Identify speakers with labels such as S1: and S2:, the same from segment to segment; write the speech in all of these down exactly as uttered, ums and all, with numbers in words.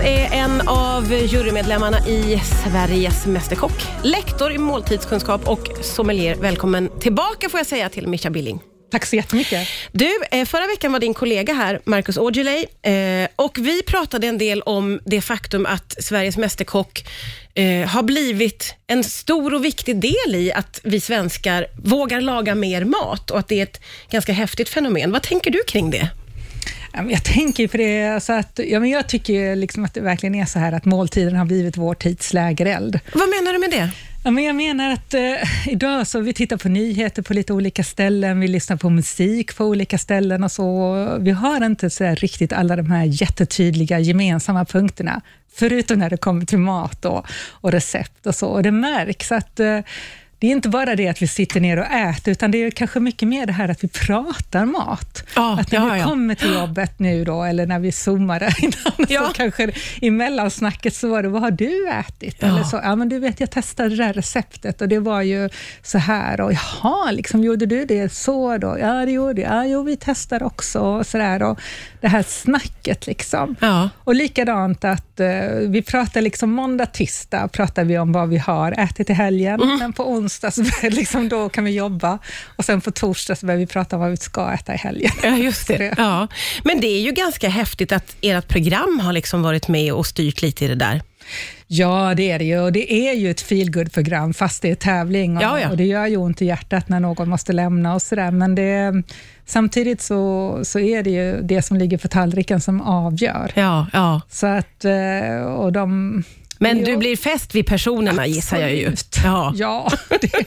S1: är en av jurymedlemmarna i Sveriges Mästerkock, lektor i måltidskunskap och sommelier. Välkommen tillbaka får jag säga till Mischa Billing.
S2: Tack så jättemycket.
S1: Du, förra veckan var din kollega här, Marcus Aujalay, och vi pratade en del om det faktum att Sveriges Mästerkock har blivit en stor och viktig del i att vi svenskar vågar laga mer mat och att det är ett ganska häftigt fenomen. Vad tänker du kring det?
S2: Jag tänker på det så att, ja, men jag tycker liksom att det verkligen är så här att måltiden har blivit vår tids lägereld.
S1: Vad menar du med det?
S2: Ja, men jag menar att eh, idag så vi tittar på nyheter på lite olika ställen, vi lyssnar på musik på olika ställen och så. Vi har inte så här riktigt alla de här jättetydliga gemensamma punkterna, förutom när det kommer till mat och, och recept och så. Och det märks att eh, det är inte bara det att vi sitter ner och äter, utan det är kanske mycket mer det här att vi pratar mat.
S1: Ja,
S2: att när
S1: ja,
S2: vi
S1: ja.
S2: kommer till jobbet nu då, eller när vi zoomar där innan,
S1: ja.
S2: så kanske i mellansnacket så var det, vad har du ätit?
S1: Ja.
S2: Eller så, ja men du vet, jag testade det här receptet och det var ju så här, och jaha, liksom, gjorde du det så då? Ja, det gjorde jag. Ja, jo, vi testar också och så där, och det här snacket liksom.
S1: Ja.
S2: Och likadant att uh, vi pratar liksom måndag, tisdag pratar vi om vad vi har ätit i helgen, mm. men på onsdag så liksom, då kan vi jobba, och sen på torsdag så börjar vi prata om vad vi ska äta i helgen.
S1: Ja, just det. det. Ja. Men det är ju ganska häftigt att ert program har liksom varit med och styrt lite i det där.
S2: Ja, det är det ju. Och det är ju ett feel-good-program fast det är tävling. Och,
S1: ja, ja.
S2: och det gör ju ont i hjärtat när någon måste lämna och sådär. Men det, samtidigt så, så är det ju det som ligger på tallriken som avgör.
S1: Ja, ja.
S2: Så att, och de...
S1: Men
S2: jo,
S1: du blir fäst vid personerna, absolut. Gissar jag ju.
S2: Ja, ja det,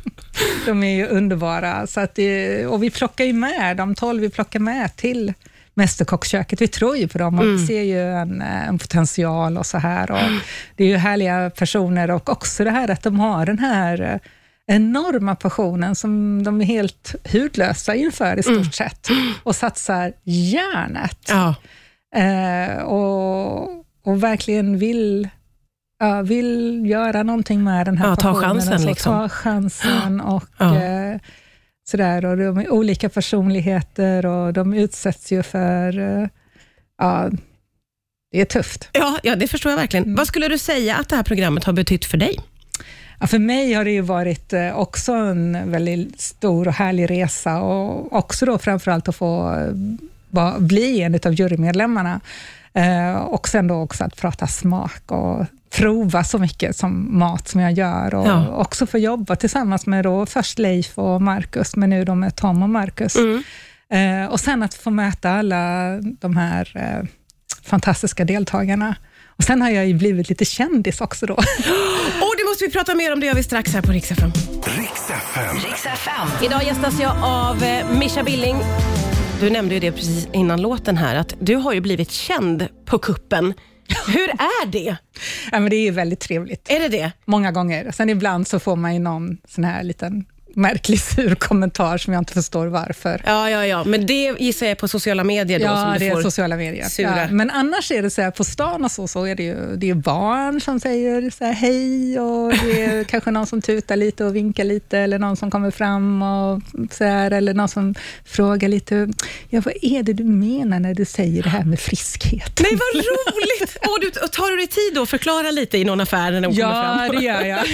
S2: de är ju underbara. Så att det, och vi plockar ju med, de tolv vi plockar med till Mästerkockköket. Vi tror ju på dem och mm. vi ser ju en, en potential och så här. Och mm. det är ju härliga personer, och också det här att de har den här enorma passionen som de är helt hudlösa inför i stort mm. sett. Och satsar hjärnet. Ja. Eh, och, och verkligen vill... Ja, vill göra någonting med den här
S1: ja,
S2: passionen.
S1: Ta chansen
S2: alltså,
S1: liksom.
S2: Ta chansen och
S1: ja.
S2: eh, sådär. Och de är olika personligheter och de utsätts ju för... Eh, ja, det är tufft.
S1: Ja, ja, det förstår jag verkligen. Mm. Vad skulle du säga att det här programmet har betytt för dig?
S2: Ja, för mig har det ju varit eh, också en väldigt stor och härlig resa, och också då framförallt att få eh, ba, bli en av jurymedlemmarna. Eh, och sen då också att prata smak och prova så mycket som mat som jag gör, och ja. också få jobba tillsammans med då först Leif och Marcus, men nu då med Tom och Marcus. Mm. Eh, och sen att få möta alla de här eh, fantastiska deltagarna. Och sen har jag ju blivit lite kändis också då.
S1: Och det måste vi prata mer om, det gör vi strax här på Rix F M.
S3: Rix F M.
S1: Rix F M. Idag gästas jag av eh, Mischa Billing. Du nämnde ju det precis innan låten här, att du har ju blivit känd på kuppen. Hur är det?
S2: Ja, men det är ju väldigt trevligt.
S1: Är det det?
S2: Många gånger. Sen ibland så får man ju någon sån här liten märklig sur kommentar som jag inte förstår varför.
S1: Ja, ja, ja. Men det gissar jag på sociala medier då,
S2: ja,
S1: som du
S2: det
S1: får
S2: är sociala medier.
S1: Sura.
S2: Ja, men annars är det så här, på stan och så, så är det ju det är barn som säger så här, hej, och det är kanske någon som tutar lite och vinkar lite, eller någon som kommer fram och så här, eller någon som frågar lite, ja, vad är det du menar när du säger det här med friskhet?
S1: Nej, vad roligt! Och du, tar du dig tid då att förklara lite i någon affär när de
S2: ja,
S1: kommer fram?
S2: Ja, det gör jag.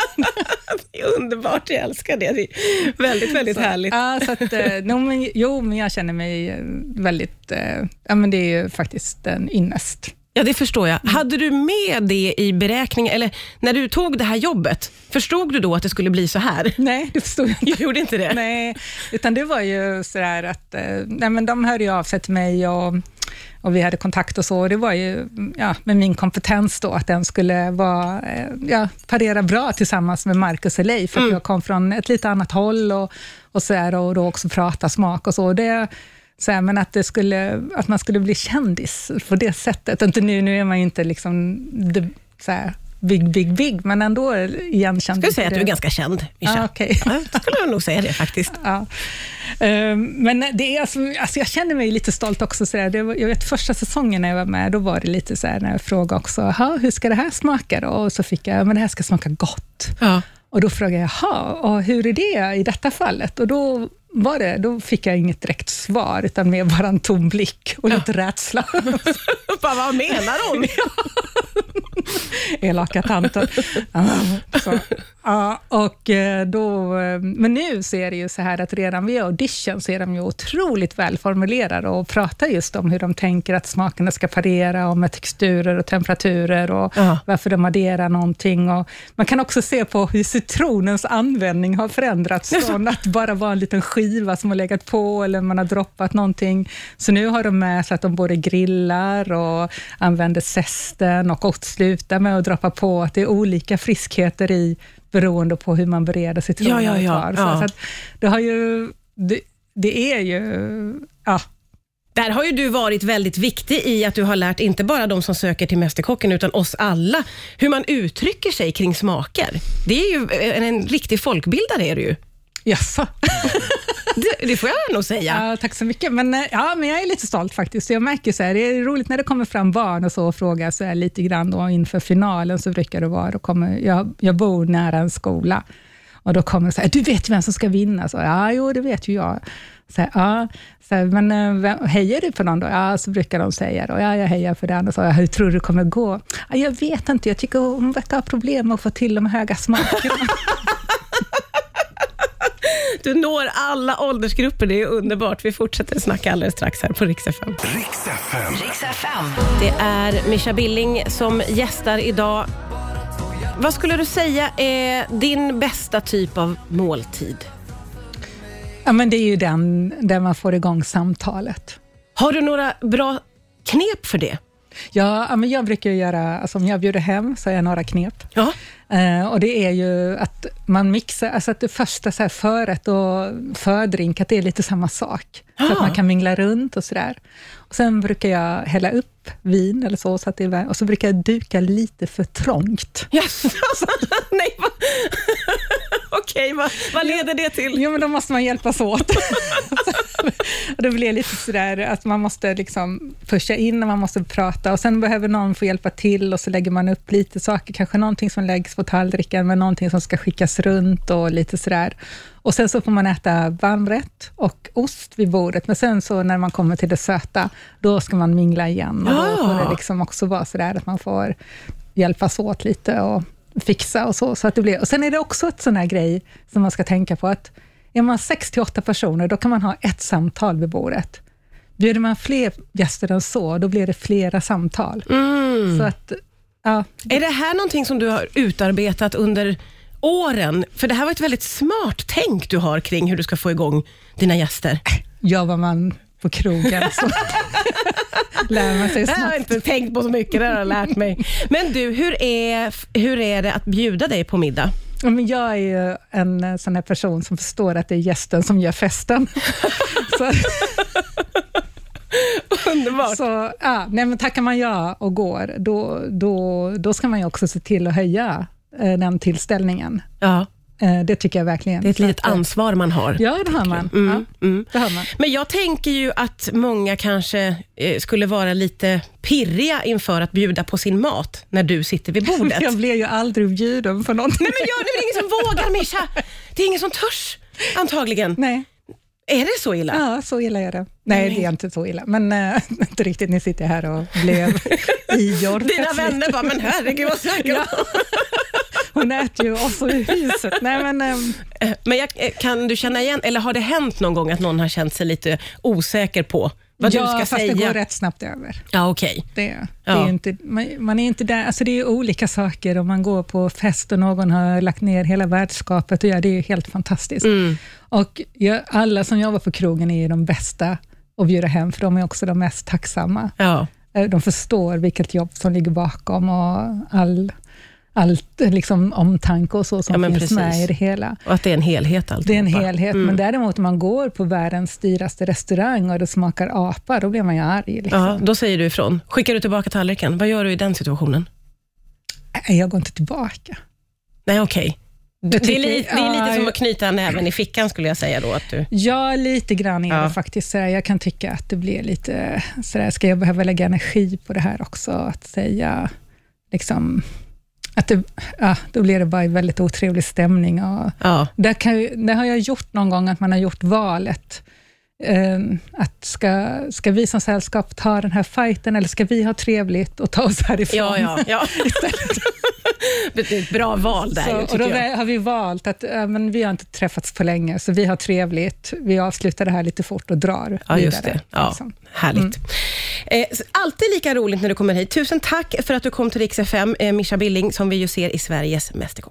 S1: Det är underbart, jag älskar det. Det är väldigt, väldigt
S2: så,
S1: härligt.
S2: Ja, så att, no, men, jo, men jag känner mig väldigt, eh, ja, men det är ju faktiskt en ynnest.
S1: Ja, det förstår jag. Mm. Hade du med det i beräkningen, eller när du tog det här jobbet, förstod du då att det skulle bli så här?
S2: Nej, det förstod jag inte.
S1: Jag gjorde inte det?
S2: Nej, utan det var ju så där att, eh, nej, men de hörde ju av sig till mig, och Och vi hade kontakt och så. Det var ju ja, med min kompetens då, att den skulle vara, ja, parera bra tillsammans med Marcus och Leif. För mm. jag kom från ett lite annat håll och, och, så här, och då också prata smak och så. Det, så här, men att, det skulle, att man skulle bli kändis på det sättet. Inte nu, nu är man ju inte liksom det, så här, big, big, big, men ändå igenkänd.
S1: Ska du säga att du är ganska känd, Mischa?
S2: Ah, okay.
S1: Ja, jag skulle nog säga det faktiskt.
S2: Ja. Um, men det är alltså, alltså jag känner mig lite stolt också. Så där. Det var, jag vet första säsongen när jag var med, då var det lite så här när jag frågade också, hur ska det här smaka då? Och så fick jag, men det här ska smaka gott. Ja. Och då frågade jag, jaha, och hur är det i detta fallet? Och då var det, då fick jag inget direkt svar, utan mer bara en tom blick och lite ja. rädsla.
S1: Bara, vad menar hon?
S2: Elaka tanten. Så. Ja, och då, men nu så är det ju så här att redan vid audition så är de ju otroligt välformulerade och pratar just om hur de tänker att smakerna ska parera och med texturer och temperaturer och ja. varför de adderar någonting. Och man kan också se på hur citronens användning har förändrats från att bara vara en liten skiva som har legat på eller man har droppat någonting. Så nu har de med sig att de både grillar och använder zesten och också slutar med att droppa på att det är olika friskheter i beroende på hur man bereder citroner.
S1: Ja, ja, ja.
S2: Så,
S1: ja.
S2: så att det har ju, det, det är ju, ja.
S1: Där har ju du varit väldigt viktig i att du har lärt inte bara de som söker till Mästerkocken utan oss alla hur man uttrycker sig kring smaker. Det är ju en, en riktig folkbildare är du ju.
S2: Jaså.
S1: Det, det får jag nog säga.
S2: Ja, tack så mycket. Men, ja, men jag är lite stolt faktiskt. Jag märker så här, det är roligt när det kommer fram barn och så och frågar så här lite grann då inför finalen så brukar det vara. Då kommer, jag, jag bor nära en skola och då kommer det så här, du vet ju vem som ska vinna. Så, ja, jo, det vet ju jag. Så här, ja, så här, men vem, hejar du på någon då? Ja, så brukar de säga då, ja, jag hejar för den. Och så, ja, hur tror du det kommer gå? Ja, jag vet inte, jag tycker hon verkar ha problem med att få till de höga smakerna.
S1: Du når alla åldersgrupper, det är underbart. Vi fortsätter snacka alldeles strax här på Rix F M.
S3: Rix F M.
S1: Rix F M. Det är Mischa Billing som gästar idag. Vad skulle du säga är din bästa typ av måltid?
S2: Ja, men det är ju den där man får igång samtalet.
S1: Har du några bra knep för det?
S2: Ja, men jag brukar göra, alltså om jag bjuder hem så har jag några knep.
S1: Ja.
S2: Eh, och det är ju att man mixar, alltså att det första så här förrätt och fördrink, att det är lite samma sak. Ah. Så att man kan mingla runt och sådär. Och sen brukar jag hälla upp vin eller så, så att det är, och så brukar jag duka lite för trångt.
S1: Yes. Nej, vad... Okej, vad, vad leder det till?
S2: Jo, men då måste man hjälpas åt. Och det blir lite sådär att man måste liksom pusha in och man måste prata och sen behöver någon få hjälpa till och så lägger man upp lite saker, kanske någonting som läggs på tallriken men någonting som ska skickas runt och lite sådär. Och sen så får man äta varmrätt och ost vid bordet, men sen så när man kommer till det söta, då ska man mingla igen och då får det liksom också vara sådär att man får hjälpas åt lite och fixa och så, så att det blir. Och sen är det också ett sån här grej som man ska tänka på att är man sex till åtta personer, då kan man ha ett samtal vid bordet. Bjuder man fler gäster än så, då blir det flera samtal.
S1: Mm.
S2: Så att, ja.
S1: Är det här någonting som du har utarbetat under åren? För det här var ett väldigt smart tänk du har kring hur du ska få igång dina gäster.
S2: Jobbar man på krogen så lär man sig snabbt.
S1: Jag har inte tänkt på så mycket, det har jag lärt mig. Men du, hur är, hur är det att bjuda dig på middag?
S2: Ja, men jag är ju en sån här person som förstår att det är gästen som gör festen. så,
S1: Underbart.
S2: Så, ja, nej, men tackar man ja och går, då, då, då ska man ju också se till att höja eh, den tillställningen.
S1: Ja.
S2: Det tycker jag verkligen.
S1: Det är ett litet ansvar man har.
S2: Ja, det har man.
S1: Mm,
S2: ja,
S1: mm.
S2: det har man.
S1: Men jag tänker ju att många kanske eh, skulle vara lite pirriga inför att bjuda på sin mat när du sitter vid bordet.
S2: Jag blir ju aldrig bjuden för någonting.
S1: Nej, men jag, det är väl ingen som vågar, Mischa. Det är ingen som törs, antagligen.
S2: Nej.
S1: Är det så illa?
S2: Ja, så illa är det. Nej, Nej. Det är inte så illa. Men äh, inte riktigt, ni sitter här och blev i jord.
S1: Dina vänner bara, men herregud vad säker. Ja.
S2: Hon äter ju också i huset. Nej, men, ähm.
S1: men jag, kan du känna igen, eller har det hänt någon gång att någon har känt sig lite osäker på vad
S2: ja,
S1: du ska
S2: fast
S1: säga?
S2: Det går rätt snabbt över.
S1: Ja, okej. Okay.
S2: Det, det ja. är inte, man, man är inte där, alltså det är olika saker om man går på fest och någon har lagt ner hela värdskapet och ja, det är ju helt fantastiskt. Mm. Och ja, alla som jobbar på krogen är ju de bästa att bjuda hem, för de är också de mest tacksamma.
S1: Ja.
S2: De förstår vilket jobb som ligger bakom och all... allt liksom omtanke och så som ja, finns precis. Med i det hela.
S1: Och att det är en helhet alltid.
S2: Det är en helhet, mm. men däremot om man går på världens dyraste restaurang och det smakar apa, då blir man ju arg. Liksom.
S1: Ja, då säger du ifrån. Skickar du tillbaka tallriken? Vad gör du i den situationen?
S2: Jag går inte tillbaka.
S1: Nej, okej. Okay. Det, det är lite, ja, det är lite som att knyta näven i fickan skulle jag säga då. Att du...
S2: Ja, lite grann är det ja. faktiskt. Så jag kan tycka att det blir lite sådär, ska jag behöva lägga energi på det här också? Att säga liksom... att det, ja, då blir det bara en väldigt otrevlig stämning. Och
S1: ja.
S2: det, kan, det har jag gjort någon gång, att man har gjort valet. Um, att ska, ska vi som sällskap ta den här fighten, eller ska vi ha trevligt och ta oss härifrån?
S1: Ja, ja, ja. Det är ett bra val där. Så,
S2: och då jag. har vi valt att äh, men vi har inte träffats på länge, så vi har trevligt. Vi avslutar det här lite fort och drar
S1: ja,
S2: vidare.
S1: Just det. Ja, liksom. Härligt. Mm. Eh, alltid lika roligt när du kommer hit. Tusen tack för att du kom till Rix F M, eh, Mischa Billing, som vi ju ser i Sveriges Mästerkock.